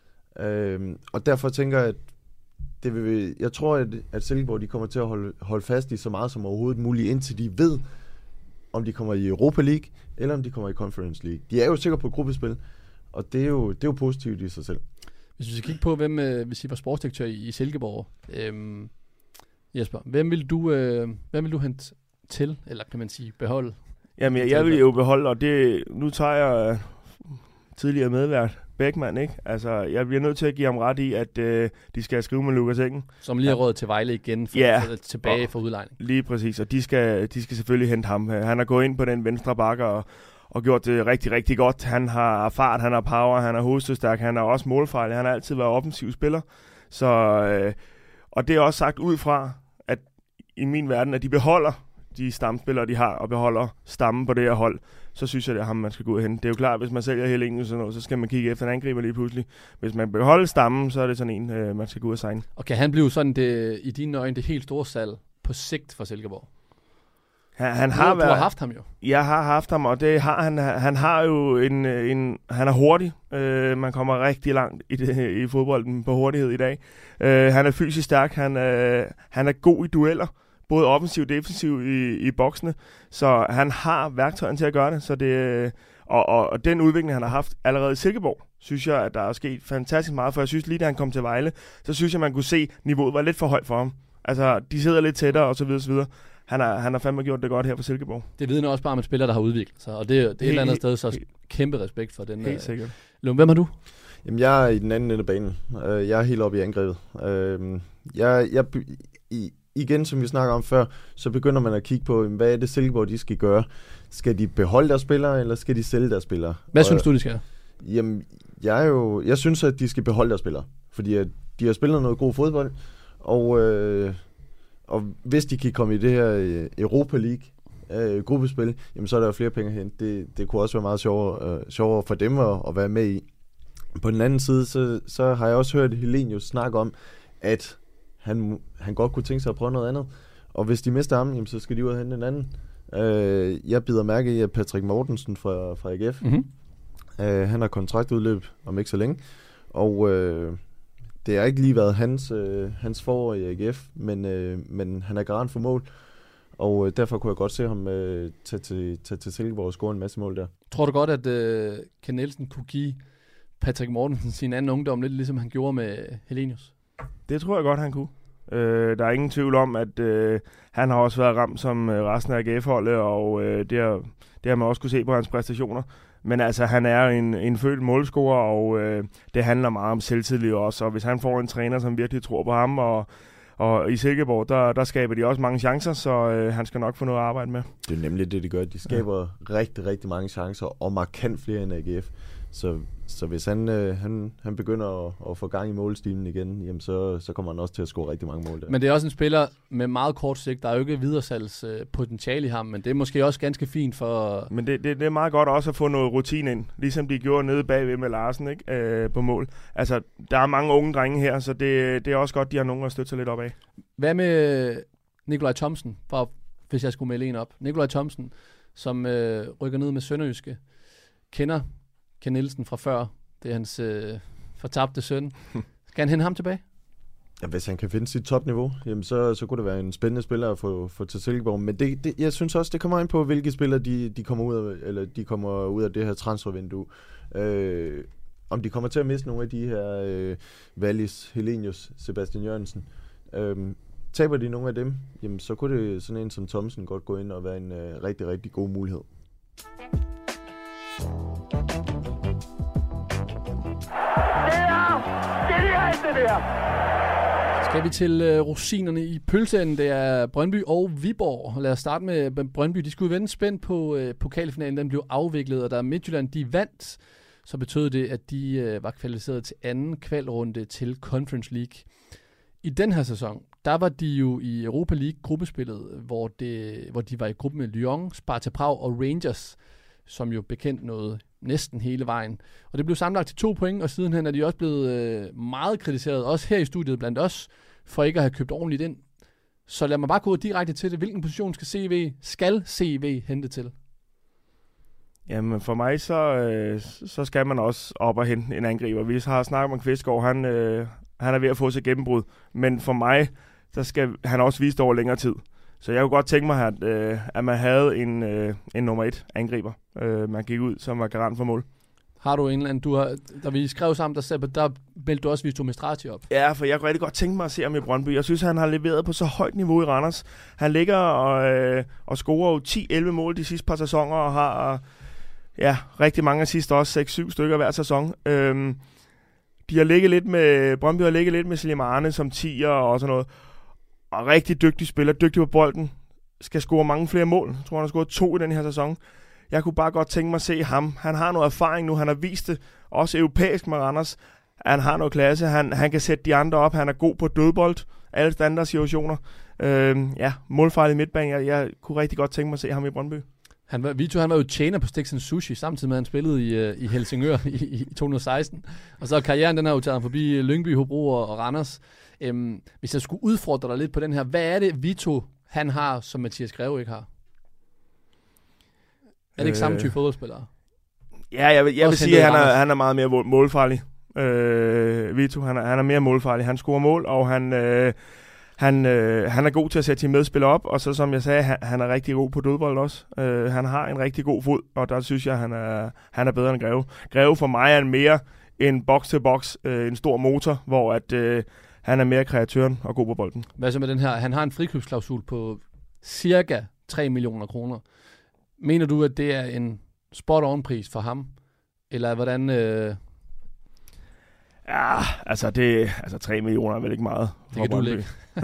Øhm, og derfor tænker jeg, at det vil, jeg tror, at, at Silkeborg de kommer til at holde, holde fast i så meget som overhovedet muligt, indtil de ved, om de kommer i Europa League, eller om de kommer i Conference League. De er jo sikkert på gruppespil, og det er jo, det er jo positivt i sig selv. Hvis vi skal kigge på, hvem, øh, hvis I var sportsdirektør i, i Silkeborg, øhm, Jesper, hvem vil du, øh, hvem vil du hente til, eller kan man sige beholde? Jamen, jeg, jeg vil jo beholde, og det, nu tager jeg tidligere medvært Bækman, ikke? Altså, jeg bliver nødt til at give ham ret i, at øh, de skal skrive med Lukas Engen. Som lige har råd til Vejle igen, for, ja, for, tilbage for udlejning. Lige præcis, og de skal, de skal selvfølgelig hente ham. Han har gået ind på den venstre bakke og, og gjort det rigtig, rigtig godt. Han har fart, han har power, han er hovedstødstærk, han er også målfarlig, han har altid været offensiv spiller. Så, øh, og det er også sagt ud fra, at i min verden, at de beholder de stamspillere, de har, og beholder stammen på det her hold, så synes jeg, det er ham, man skal gå ud og hente. Det er jo klart, hvis man sælger Helenius og sådan noget, så skal man kigge efter en angriber lige pludselig. Hvis man beholder stammen, så er det sådan en, øh, man skal gå ud og signe. Og kan han blive sådan, det, i dine øjne, det helt store salg på sigt for Silkeborg? Han, han har du, været, du har haft ham jo. Jeg har haft ham, og det har han. Han har jo en, en han er hurtig. Øh, man kommer rigtig langt i, det, i fodbolden på hurtighed i dag. Øh, han er fysisk stærk. Han, øh, han er god i dueller. Både offensiv og defensiv i, i boksene. Så han har værktøjen til at gøre det. Så det og, og, og den udvikling, han har haft allerede i Silkeborg, synes jeg, at der er sket fantastisk meget. For jeg synes lige, da han kom til Vejle, så synes jeg, man kunne se, at niveauet var lidt for højt for ham. Altså, de sidder lidt tættere og så videre, så videre. Han har, han har fandme gjort det godt her for Silkeborg. Det vidner også bare om en spiller, der har udviklet sig. Og det, det er et eller andet sted, så kæmpe respekt for den. Helt sikkert. Lund, hvem er du? Jamen, jeg er i den anden ende af banen. Jeg er helt oppe i angrebet. Jeg, jeg, i, igen, som vi snakker om før, så begynder man at kigge på, hvad er det Silkeborg, de skal gøre. Skal de beholde deres spillere, eller skal de sælge deres spillere? Hvad og, synes du, de skal? Jamen, jeg, er jo, jeg synes, at de skal beholde deres spillere. Fordi at de har spillet noget god fodbold, og... Øh, Og hvis de kan komme i det her Europa League øh, gruppespil, jamen så er der jo flere penge hen. Det, det kunne også være meget sjovere, øh, sjovere for dem at, at være med i. På den anden side, så, så har jeg også hørt Helenius snakke om, at han, han godt kunne tænke sig at prøve noget andet. Og hvis de mister ham, jamen, så skal de ud og hente en anden. Øh, jeg bider mærke i, at Patrick Mortensen fra, fra A G F, mm-hmm. øh, han har kontraktudløb om ikke så længe. Og... Øh, Det har ikke lige været hans, øh, hans forår i A G F, men, øh, men han er garant for mål, og øh, derfor kunne jeg godt se ham øh, tage til, tage til Silkeborg og score en masse mål der. Tror du godt, at øh, Ken Nielsen kunne give Patrick Mortensen sin anden ungdom, lidt ligesom han gjorde med Helenius? Det tror jeg godt, han kunne. Øh, der er ingen tvivl om, at øh, han har også været ramt som øh, resten af A G F-holdet, og øh, det, har, det har man også kunne se på hans præstationer. Men altså, han er en, en født målscorer, og øh, det handler meget om selvtillid også. Og hvis han får en træner, som virkelig tror på ham, og, og i Silkeborg, der, der skaber de også mange chancer, så øh, han skal nok få noget at arbejde med. Det er nemlig det, de gør. De skaber ja. rigtig, rigtig mange chancer, og markant flere end A G F. Så, så hvis han, øh, han, han begynder at, at få gang i målstilen igen, jamen så, så kommer han også til at score rigtig mange mål der. Men det er også en spiller med meget kort sigt. Der er jo ikke videresalgspotentiale i ham, men det er måske også ganske fint for... Men det, det, det er meget godt også at få noget rutine ind, ligesom de gjorde nede bagved med Larsen, ikke? Øh, på mål. Altså, der er mange unge drenge her, så det, det er også godt, de har nogen at støtte sig lidt op af. Hvad med Nikolaj Thomsen, for, hvis jeg skulle melde en op? Nikolaj Thomsen, som øh, rykker ned med Sønderjyske, kender Ken Nielsen fra før. Det er hans øh, fortabte søn. Skal han hente ham tilbage? Ja, hvis han kan finde sit topniveau, jamen så, så kunne det være en spændende spiller at få, få til Silkeborg. Men det, det, jeg synes også, det kommer ind på, hvilke spillere de, de, kommer, ud af, eller de kommer ud af det her transfervindue. Øh, om de kommer til at miste nogle af de her øh, Wallis, Helenius, Sebastian Jørgensen. Øh, taber de nogle af dem, jamen så kunne det sådan en som Thomsen godt gå ind og være en øh, rigtig, rigtig god mulighed. Det er genialt, det der! Skal vi til øh, rosinerne i pølseenden? Det er Brøndby og Viborg. Lad os starte med Brøndby. De skulle vende spændt på øh, pokalfinalen. Den blev afviklet, og da Midtjylland de vandt, så betød det, at de øh, var kvalificeret til anden kvalrunde til Conference League. I den her sæson, der var de jo i Europa League-gruppespillet, hvor, det, hvor de var i gruppe med Lyon, Sparta Prag og Rangers, som jo bekendt nåede næsten hele vejen. Og det blev sammenlagt til to point, og sidenhen er de også blevet øh, meget kritiseret, også her i studiet blandt os, for ikke at have købt ordentligt ind. Så lad mig bare gå direkte til det. Hvilken position skal C V, skal C V hente til? Jamen for mig, så, øh, så skal man også op og hente en angriber. Vi har snakket om Kvistgaard, han, øh, han er ved at få sig gennembrud. Men for mig, så skal han også vise det over længere tid. Så jeg kunne godt tænke mig, at, øh, at man havde en, øh, en nummer et angriber, øh, man gik ud, som var garant for mål. Har du en eller anden, du har, da vi skrev sammen, der, der meldte du også Vito Mistrati op? Ja, for jeg kunne rigtig godt tænke mig at se ham i Brøndby. Jeg synes, han har leveret på så højt niveau i Randers. Han ligger og, øh, og scorer jo ti elleve mål de sidste par sæsoner, og har øh, ja, rigtig mange assist, også seks syv stykker hver sæson. Øhm, de har ligget lidt med, Brøndby har ligget lidt med Slimane som tier og sådan noget. Og rigtig dygtig spiller, dygtig på bolden, skal score mange flere mål. Jeg tror, han har scoret to i den her sæson. Jeg kunne bare godt tænke mig at se ham. Han har noget erfaring nu, han har vist det, også europæisk med Randers. Han har noget klasse, han, han kan sætte de andre op, han er god på dødbold, alle standardsituationer. Øhm, ja, målfarlig midtbane, jeg, jeg kunne rigtig godt tænke mig at se ham i Brøndby. Han var, Vito, han var jo tjener på Sticks and Sushi, samtidig med at han spillede i, i Helsingør i, i to tusind og seksten. Og så karrieren, den har jo taget ham forbi Lyngby, Hobro og, og Randers. Øhm, hvis jeg skulle udfordre dig lidt på den her, hvad er det, Vito, han har, som Mathias Greve ikke har? Er det ikke øh, samme type fodboldspillere? Ja, jeg vil, jeg vil sige, at han er, han er meget mere målfarlig. Øh, Vito, han er, han er mere målfarlig. Han scorer mål, og han, øh, han, øh, han er god til at sætte sine medspillere op. Og så som jeg sagde, han, han er rigtig god på dødbold også. Øh, han har en rigtig god fod, og der synes jeg, han er, han er bedre end Greve. Greve for mig er mere en box-til-box, øh, en stor motor, hvor at, øh, han er mere kreatøren og god på bolden. Hvad så med den her? Han har en frikøbsklausul på cirka tre millioner kroner. Mener du, at det er en spot-on-pris for ham? Eller hvordan... Øh... Ja, altså, det, altså tre millioner er vel ikke meget. Det kan du ikke.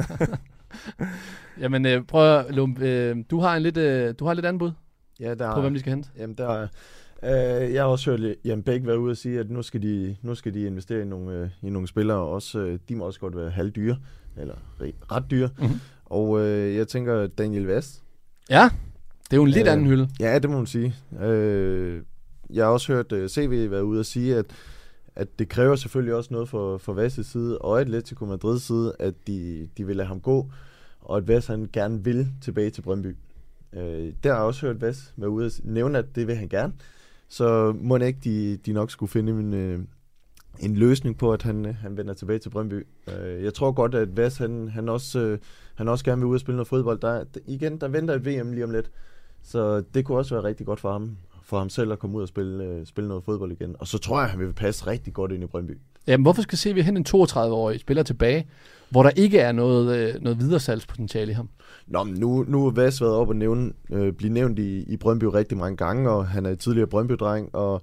Jamen, øh, prøv at... Øh, du har en lidt, øh, du har lidt andet bud ja, der, på, hvem de skal hente. Jamen, der øh, jeg har også hørt Jan Bæk være ude og sige, at nu skal de, nu skal de investere i nogle, øh, i nogle spillere. Også, øh, de må også godt være halvdyre, eller ret dyre. Mm-hmm. Og øh, jeg tænker, Daniel Vest. Ja. Det er jo en lidt øh, anden hylde. Ja, det må man sige. Øh, jeg har også hørt uh, C V være ude og sige, at, at det kræver selvfølgelig også noget for, for Vasses side og Atletico Madrids side, at de, de vil lade ham gå, og at Vass han gerne vil tilbage til Brøndby. Øh, der har jeg også hørt Vass være ude og nævne, at det vil han gerne. Så må ikke de, de nok skulle finde en, øh, en løsning på, at han, han vender tilbage til Brøndby. Øh, jeg tror godt, at Vass han, han, også, øh, han også gerne vil ud og spille noget fodbold. Der, der, igen, der venter et V M lige om lidt. Så det kunne også være rigtig godt for ham, for ham selv at komme ud og spille, øh, spille noget fodbold igen. Og så tror jeg, at han vil passe rigtig godt ind i Brøndby. Jamen, hvorfor skal se vi hen en toogtredive-årig spiller tilbage, hvor der ikke er noget, øh, noget videresalgspotentiale i ham? Nå, men nu, nu har Vass været op og nævne, øh, blive nævnt i, i Brøndby rigtig mange gange, og han er tidligere Brøndby-dreng, og,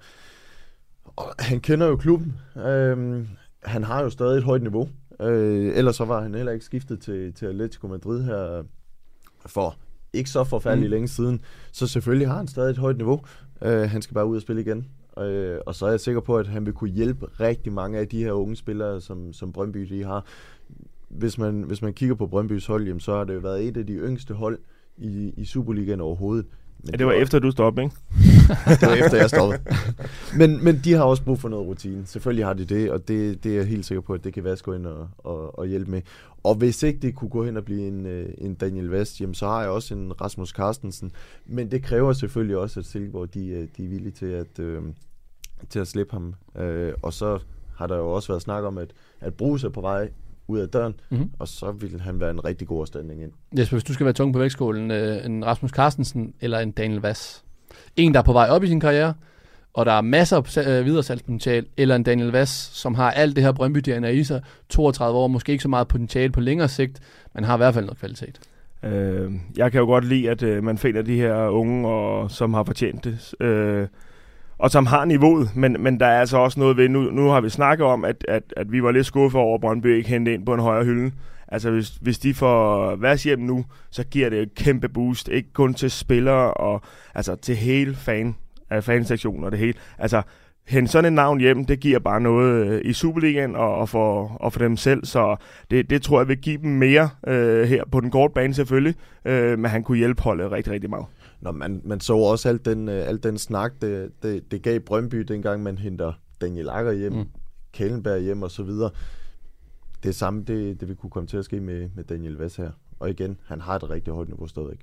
og han kender jo klubben. Øh, han har jo stadig et højt niveau. Øh, ellers så var han heller ikke skiftet til, til Atletico Madrid her for... ikke så forfærdeligt mm. længe siden, så selvfølgelig har han stadig et højt niveau. Uh, han skal bare ud og spille igen. Uh, og så er jeg sikker på, at han vil kunne hjælpe rigtig mange af de her unge spillere, som, som Brøndby de har. Hvis man, hvis man kigger på Brøndbys hold, jamen, så har det jo været et af de yngste hold i, i Superligaen overhovedet. Men ja, det var, var efter, du stoppede, ikke? Det var efter, jeg stoppede. men, men de har også brug for noget rutine. Selvfølgelig har de det, og det, det er jeg helt sikker på, at det kan Vass gå ind og, og, og hjælpe med. Og hvis ikke det kunne gå hen og blive en, en Daniel Vest, jamen, så har jeg også en Rasmus Carstensen. Men det kræver selvfølgelig også, at Silkeborg de, de er villige til at, øh, til at slippe ham. Øh, og så har der jo også været snak om, at, at Bruce er på vej ud af døren, mm-hmm. og så vil han være en rigtig god erstatning ind. Yes, hvis du skal være tung på vægtskålen, øh, en Rasmus Carstensen eller en Daniel Vass. En, der er på vej op i sin karriere, og der er masser af øh, videresalgspotentiale, eller en Daniel Vass, som har alt det her Brøndby-D N A i sig, toogtredive år, måske ikke så meget potentiale på længere sigt, men har i hvert fald noget kvalitet. Øh, jeg kan jo godt lide, at øh, man finder de her unge, og, som har fortjent det. Øh, og som har niveauet, men, men der er altså også noget ved, nu, nu har vi snakket om, at, at, at vi var lidt skuffet over, at Brøndby ikke hentede ind på en højere hylde. Altså hvis, hvis de får Vers hjem nu, så giver det et kæmpe boost, ikke kun til spillere, og altså til hele fan, af fansektionen og det hele. Altså hente sådan et navn hjem, det giver bare noget i Superligaen og, og, for, og for dem selv, så det, det tror jeg vil give dem mere øh, her på den korte bane selvfølgelig, øh, men han kunne hjælpe holdet rigtig, rigtig meget. Nå, man, man så også alt den, øh, alt den snak, det, det, det gav Brøndby, dengang man henter Daniel Akker hjem, mm. Kælenberg hjem og så videre. Det samme, det, det vil kunne komme til at ske med, med Daniel Vess her. Og igen, han har et rigtig højt niveau stadig.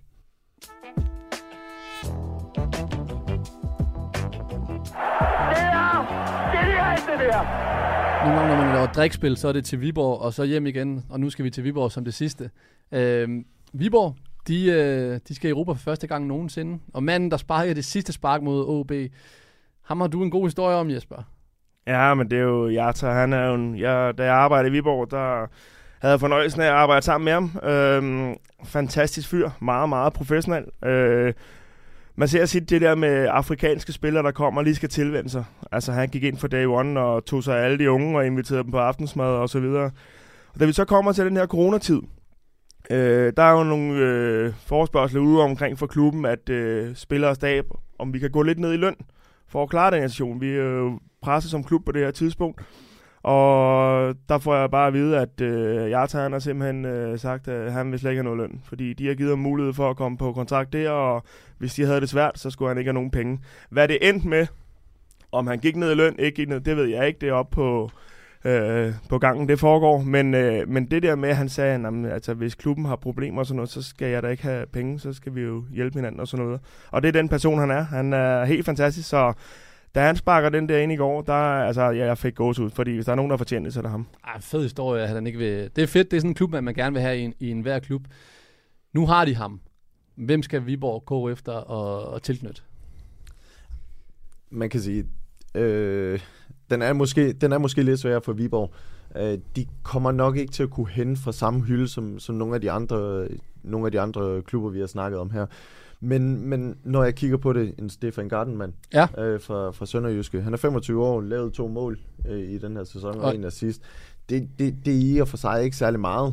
Nogle gange, når man laver drikspil, så er det til Viborg, og så hjem igen. Og nu skal vi til Viborg som det sidste. Øhm, Viborg, de, øh, de skal i Europa for første gang nogensinde. Og manden, der sparker det sidste spark mod O B, ham har du en god historie om, Jesper. Ja, men det er jo Jata. Han er jo en, jeg, da jeg arbejdede i Viborg, der havde jeg fornøjelsen af at arbejde sammen med ham. Øhm, fantastisk fyr. Meget, meget professionel. Øh, Man ser sit det der med afrikanske spillere, der kommer og lige skal tilvende sig. Altså han gik ind for day one og tog sig af alle de unge og inviterede dem på aftensmad og så videre. Og da vi så kommer til den her coronatid, øh, der er jo nogle øh, forespørgsler ude omkring for klubben, at øh, spillere og stab, om vi kan gå lidt ned i løn for at klare den her situation. Vi er jo presset som klub på det her tidspunkt. Og der får jeg bare at vide, at øh, Jata har simpelthen øh, sagt, at han vil slet ikke have noget løn. Fordi de har givet ham mulighed for at komme på kontrakt der, og hvis de havde det svært, så skulle han ikke have nogen penge. Hvad det endte med, om han gik ned i løn, ikke gik ned, det ved jeg ikke. Det er oppe på, øh, på gangen, det foregår. Men, øh, men det der med, at han sagde, at altså, hvis klubben har problemer og sådan noget, så skal jeg da ikke have penge, så skal vi jo hjælpe hinanden og sådan noget. Og det er den person, han er. Han er helt fantastisk, så da han sparker den der ind i går, der altså, ja, jeg fik gås ud, fordi hvis der er nogen, der fortjener det, så er det ham. Ej, fed historie, at han ikke vil. Det er fedt, det er sådan en klub, man gerne vil have i, en, i enhver klub. Nu har de ham. Hvem skal Viborg gå efter og, og tilknytte? Man kan sige, øh, den, er måske, den er måske lidt sværere for Viborg. Øh, de kommer nok ikke til at kunne hente fra samme hylde, som, som nogle, af de andre, nogle af de andre klubber, vi har snakket om her. Men, men når jeg kigger på det, en Stefan Gardenman ja. øh, fra, fra Sønderjyske. Han er femogtyve år, lavet to mål øh, i den her sæson, og en assist. Det, det, det er i og for sig ikke særlig meget,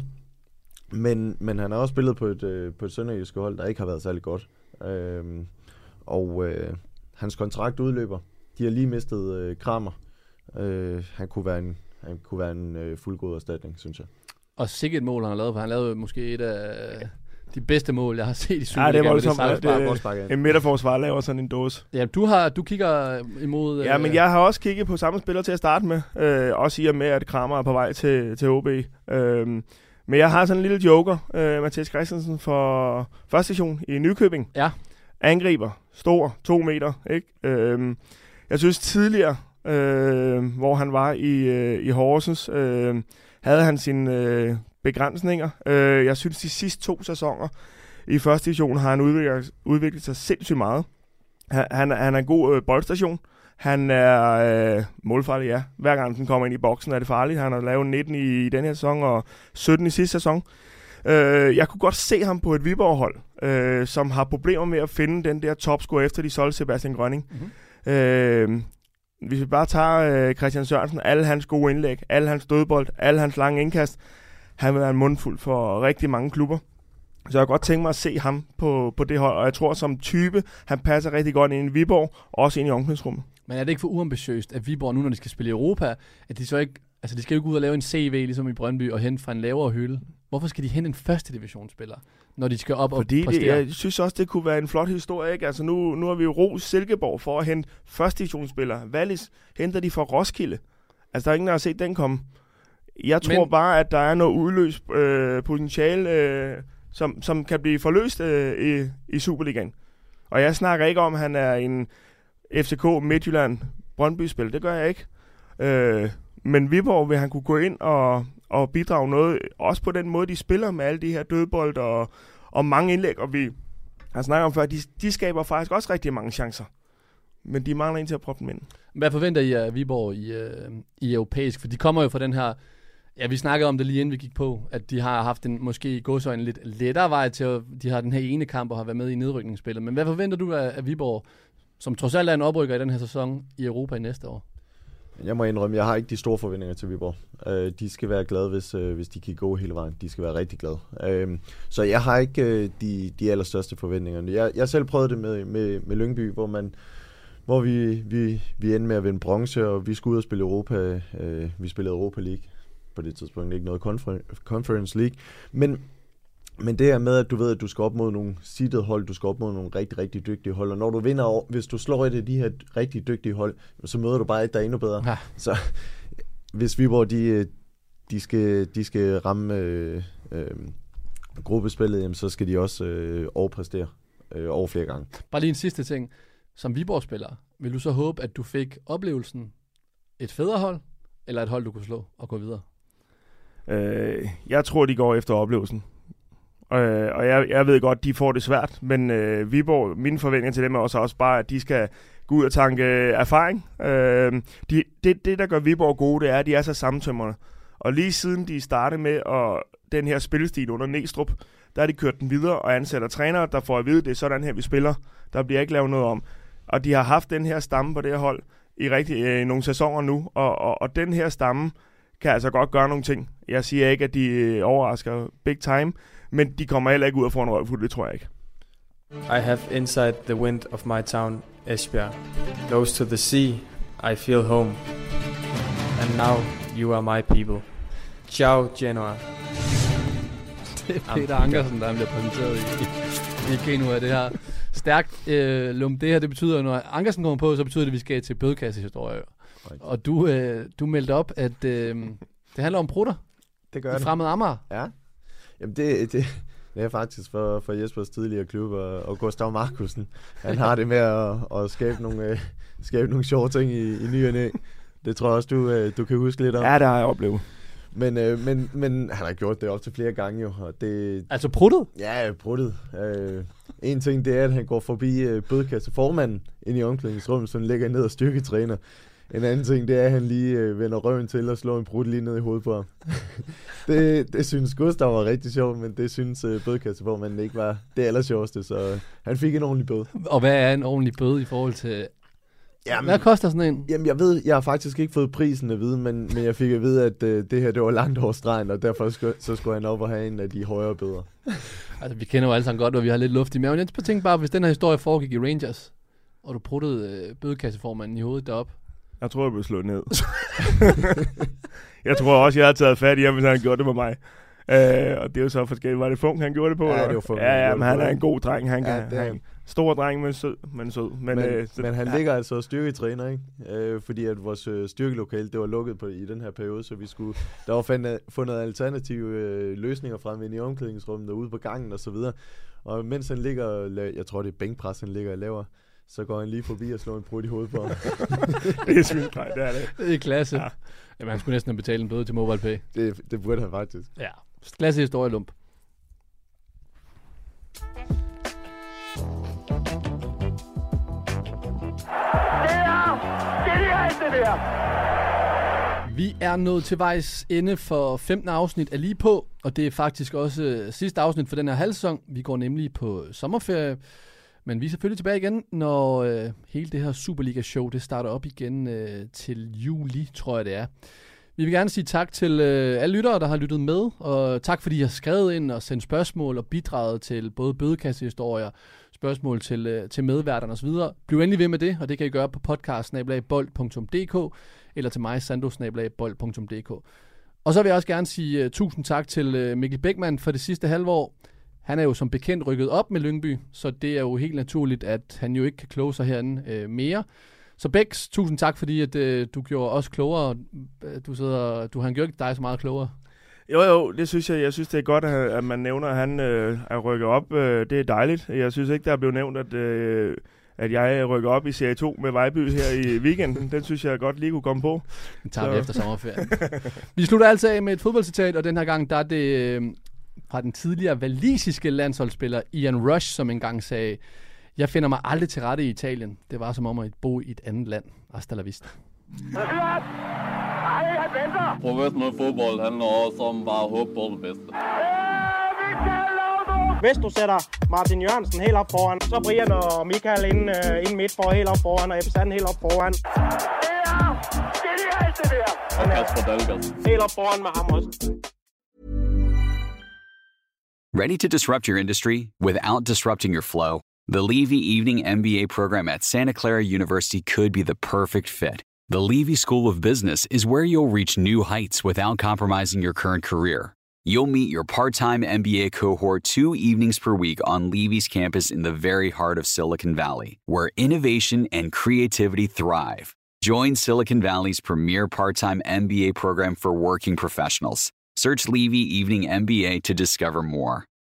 men, men han har også spillet på et, øh, på et Sønderjyske hold, der ikke har været særlig godt. Øh, og øh, hans kontrakt udløber. De har lige mistet øh, Kramer. Øh, han kunne være en, han kunne være en øh, fuldgod erstatning, synes jeg. Og sikkert et mål, han har lavet, for han lavede måske et af de bedste mål, jeg har set i Superligaen. Ja, det var voldsomt, at en midterforsvar laver sådan en dåse. Ja, du, har, du kigger imod... Ja, øh, men jeg har også kigget på samme spiller til at starte med. Øh, også i og med, at Kramer er på vej til, til O B. Øh, men jeg har sådan en lille joker. Øh, Mathias Christensen for første station i Nykøbing. Ja. Angriber. Stor. To meter. Ikke? Øh, jeg synes tidligere, øh, hvor han var i, øh, i Horsens, øh, havde han sin... Øh, begrænsninger. Øh, jeg synes, de sidste to sæsoner i første division har han udviklet, udviklet sig sindssygt meget. Han, han, han er en god øh, boldstation. Han er øh, målfarlig, ja. Hver gang den kommer ind i boksen, er det farligt. Han har lavet nitten i, i den her sæson og sytten i sidste sæson. Øh, jeg kunne godt se ham på et Viborg-hold, øh, som har problemer med at finde den der topscorer, efter de solgte Sebastian Grønning. Mm-hmm. Øh, hvis vi bare tager øh, Christian Sørensen, alle hans gode indlæg, alle hans dødbold, alle hans lange indkast, han vil være en mundfuld for rigtig mange klubber. Så jeg kan godt tænke mig at se ham på, på det hold, og jeg tror som type, han passer rigtig godt ind i Viborg, og også ind i omklædningsrummet. Men er det ikke for uambitiøst, at Viborg nu, når de skal spille i Europa, at de så ikke, altså de skal jo ikke ud og lave en C V, ligesom i Brøndby, og hente fra en lavere hylde? Hvorfor skal de hente en første divisionsspiller, når de skal op Fordi og præstere? Fordi jeg synes også, det kunne være en flot historie, ikke? Altså nu, nu har vi jo ros Silkeborg for at hente første divisionsspillere. Wallis henter de fra Roskilde. Altså der er ingen, der har set den komme. Jeg tror Men... bare, at der er noget udløst øh, potentiale, øh, som, som kan blive forløst øh, i, i Superligaen. Og jeg snakker ikke om, at han er en F C K Midtjylland Brøndby-spil. Det gør jeg ikke. Øh, men Viborg vil han kunne gå ind og, og bidrage noget, også på den måde, de spiller med alle de her dødbold og, og mange indlæg. Og vi har snakket om før, de, de skaber faktisk også rigtig mange chancer. Men de mangler en til at proppe dem ind. Hvad forventer I af Viborg i, øh, i europæisk? For de kommer jo fra den her... Ja, vi snakkede om det lige inden vi gik på, at de har haft en måske i godsøjne lidt lettere vej til, at de har den her ene kamp og har været med i nedrykningsspillet. Men hvad forventer du af, af Viborg som trods alt er en oprykker i den her sæson i Europa i næste år. Jeg må indrømme, jeg har ikke de store forventninger til Viborg. Øh, de skal være glade, hvis, øh, hvis de kan gå hele vejen. De skal være rigtig glade. Øh, så jeg har ikke øh, de, de allerstørste forventninger. Jeg, jeg selv prøvede det med, med, med Lyngby, hvor, man, hvor vi, vi, vi endte med at vinde bronze, og vi skulle ud og spille Europa. Øh, vi spillede Europa League. På det tidspunkt ikke noget confer- Conference League. Men Men det er med, at du ved, at du skal op mod nogle seeded hold, du skal op mod nogle rigtig, rigtig dygtige hold, og når du vinder, hvis du slår et af de her rigtig dygtige hold, så møder du bare et, der er endnu bedre. Ja. Så hvis Viborg, de, de, skal, de skal ramme øh, øh, gruppespillet, jamen, så skal de også øh, overpræstere øh, over flere gange. Bare lige en sidste ting. Som Viborg-spiller, vil du så håbe, at du fik oplevelsen et federe hold, eller et hold, du kunne slå og gå videre? Øh, jeg tror, de går efter oplevelsen. Øh, og jeg, jeg ved godt, de får det svært, men øh, Viborg, mine forventninger til dem er også, også bare, at de skal gå ud og tanke erfaring. Øh, de, det, det, der gør Viborg gode, det er, at de er så sammentømrende. Og lige siden de startede med at, den her spillestil under Næstrup, der har de kørt den videre og ansætter trænere, der får at vide, det er sådan her, vi spiller. Der bliver ikke lavet noget om. Og de har haft den her stamme på det her hold i rigtig øh, nogle sæsoner nu, og, og, og den her stamme kan altså godt gøre nogle ting. Jeg siger ikke, at de øh, overrasker big time, men de kommer heller ikke ud og få en røvfuld, det tror jeg ikke. I have inside the wind of my town, Esbjerg. Close to the sea, I feel home. And now you are my people. Ciao, Genoa. Det er Peter Ankersen, der bliver præsenteret i, i Genua af det her. Stærkt øh, lum. Det her, det betyder, når Ankersen kommer på, så betyder det, at vi skal til bødekassehistorie. Og du, øh, du meldte op, at øh, det handler om prutter. Det gør det. I Fremad Amager. Ja. Jamen det, det, det er faktisk for, for Jespers tidligere klub og, og Gustav Markusen. Han har det med at, at skabe, nogle, øh, skabe nogle sjove ting i, i ny og næ. Det tror jeg også, du, øh, du kan huske lidt om. Ja, det har jeg oplevet. Men, øh, men, men han har gjort det op til flere gange jo. Og det, altså pruttet? Ja, pruttet. Øh, en ting det er, at han går forbi øh, bødekasseformanden ind i omklædningsrummet, så han ligger ned og styrketræner. En anden ting, det er, at han lige øh, vender røven til og slår en brud lige ned i hovedet på ham. det, det synes Gustav var rigtig sjovt, men det synes øh, bødekasseformanden ikke var det allersjoveste, så han fik en ordentlig bøde. Og hvad er en ordentlig bøde i forhold til... Jamen, hvad koster sådan en? Jamen, jeg ved, jeg har faktisk ikke fået prisen at vide, men, men jeg fik at vide, at øh, det her, det var langt over stregen, og derfor skulle, så skulle han op og have en af de højere bøder. Altså, vi kender jo alle sammen godt, hvor vi har lidt luft i maven. Jeg tænker bare, hvis den her historie foregik i Rangers, og du pruttede øh, bødekasseformanden i hovedet deroppe. Jeg tror, jeg blev slået ned. Jeg tror også, jeg har taget fat i ham, hvis han gjorde det med mig. Øh, og det er jo så forskelligt. Var det Funk, han gjorde det på? Ja, eller? det var Funk. Ja, ja, men han er en god dreng. Han ja, kan, han, stor dreng, men sød. Men, sød. men, men, øh, så, men han ja. ligger altså og styrketræner, ikke? Øh, fordi at vores øh, styrkelokale, det var lukket på, i den her periode, så vi skulle, der var fundet, fundet alternative øh, løsninger frem ind i omklædningsrummet og ude på gangen og så videre. Og mens han ligger, jeg tror det er bænkpres, han ligger og laver, så går han lige forbi og slår en brud i hovedet på ham. Det er sygt, nej, det er det. Det er klasse. Ja. Jamen, han skulle næsten have betalt en bøde til MobilePay. Det, det burde han faktisk. Ja, klasse historie, lump. Det er genialt, det der! Vi er nået til vejs ende for femtende afsnit af Lige På, og det er faktisk også sidste afsnit for den her halvsæson. Vi går nemlig på sommerferie, men vi er selvfølgelig tilbage igen, når øh, hele det her Superliga-show det starter op igen øh, til juli, tror jeg det er. Vi vil gerne sige tak til øh, alle lyttere, der har lyttet med, og tak fordi I har skrevet ind og sendt spørgsmål og bidraget til både bødekassehistorier, spørgsmål til, øh, til medværterne osv. Bliv endelig ved med det, og det kan I gøre på podcast snabel-a bold punktum d k eller til mig, sando snabel-a bold punktum d k. Og så vil jeg også gerne sige uh, tusind tak til uh, Mikkel Bækman for det sidste halve år. Han er jo som bekendt rykket op med Lyngby, så det er jo helt naturligt, at han jo ikke kan kloge sig herinde uh, mere. Så Bæks, tusind tak, fordi at, uh, du gjorde os klogere. Du, sidder, du har gjort dig så meget klogere. Jo, jo, det synes jeg. Jeg synes, det er godt, at man nævner, at han øh, er rykket op. Det er dejligt. Jeg synes ikke, der er blevet nævnt, at, øh, at jeg rykker op i serie to med Vejby her i weekenden. Den synes jeg godt lige kunne komme på. Den tager så. Vi efter sommerferien. Vi slutter altid af med et fodboldcitat, og den her gang, der er det øh, fra den tidligere walisiske landsholdsspiller Ian Rush, som engang sagde: "Jeg finder mig aldrig til rette i Italien. Det var som om at bo i et andet land." Hasta la vista. Professionel fodbold handler også om bare at håbe på det bedste. Ja, vi kan lave Hvis du sætter Martin Jørgensen helt op foran, så Brian og Michael ind, uh, ind midt for helt op foran, og Ebbe Sand helt op foran. Det er genialt, det der! Og Kasper Dahlgaard. Helt op foran med ham også. Ready to disrupt your industry without disrupting your flow? The Levy Evening M B A program at Santa Clara University could be the perfect fit. The Levy School of Business is where you'll reach new heights without compromising your current career. You'll meet your part-time M B A cohort two evenings per week on Levy's campus in the very heart of Silicon Valley, where innovation and creativity thrive. Join Silicon Valley's premier part-time M B A program for working professionals. Search Levy Evening M B A to discover more.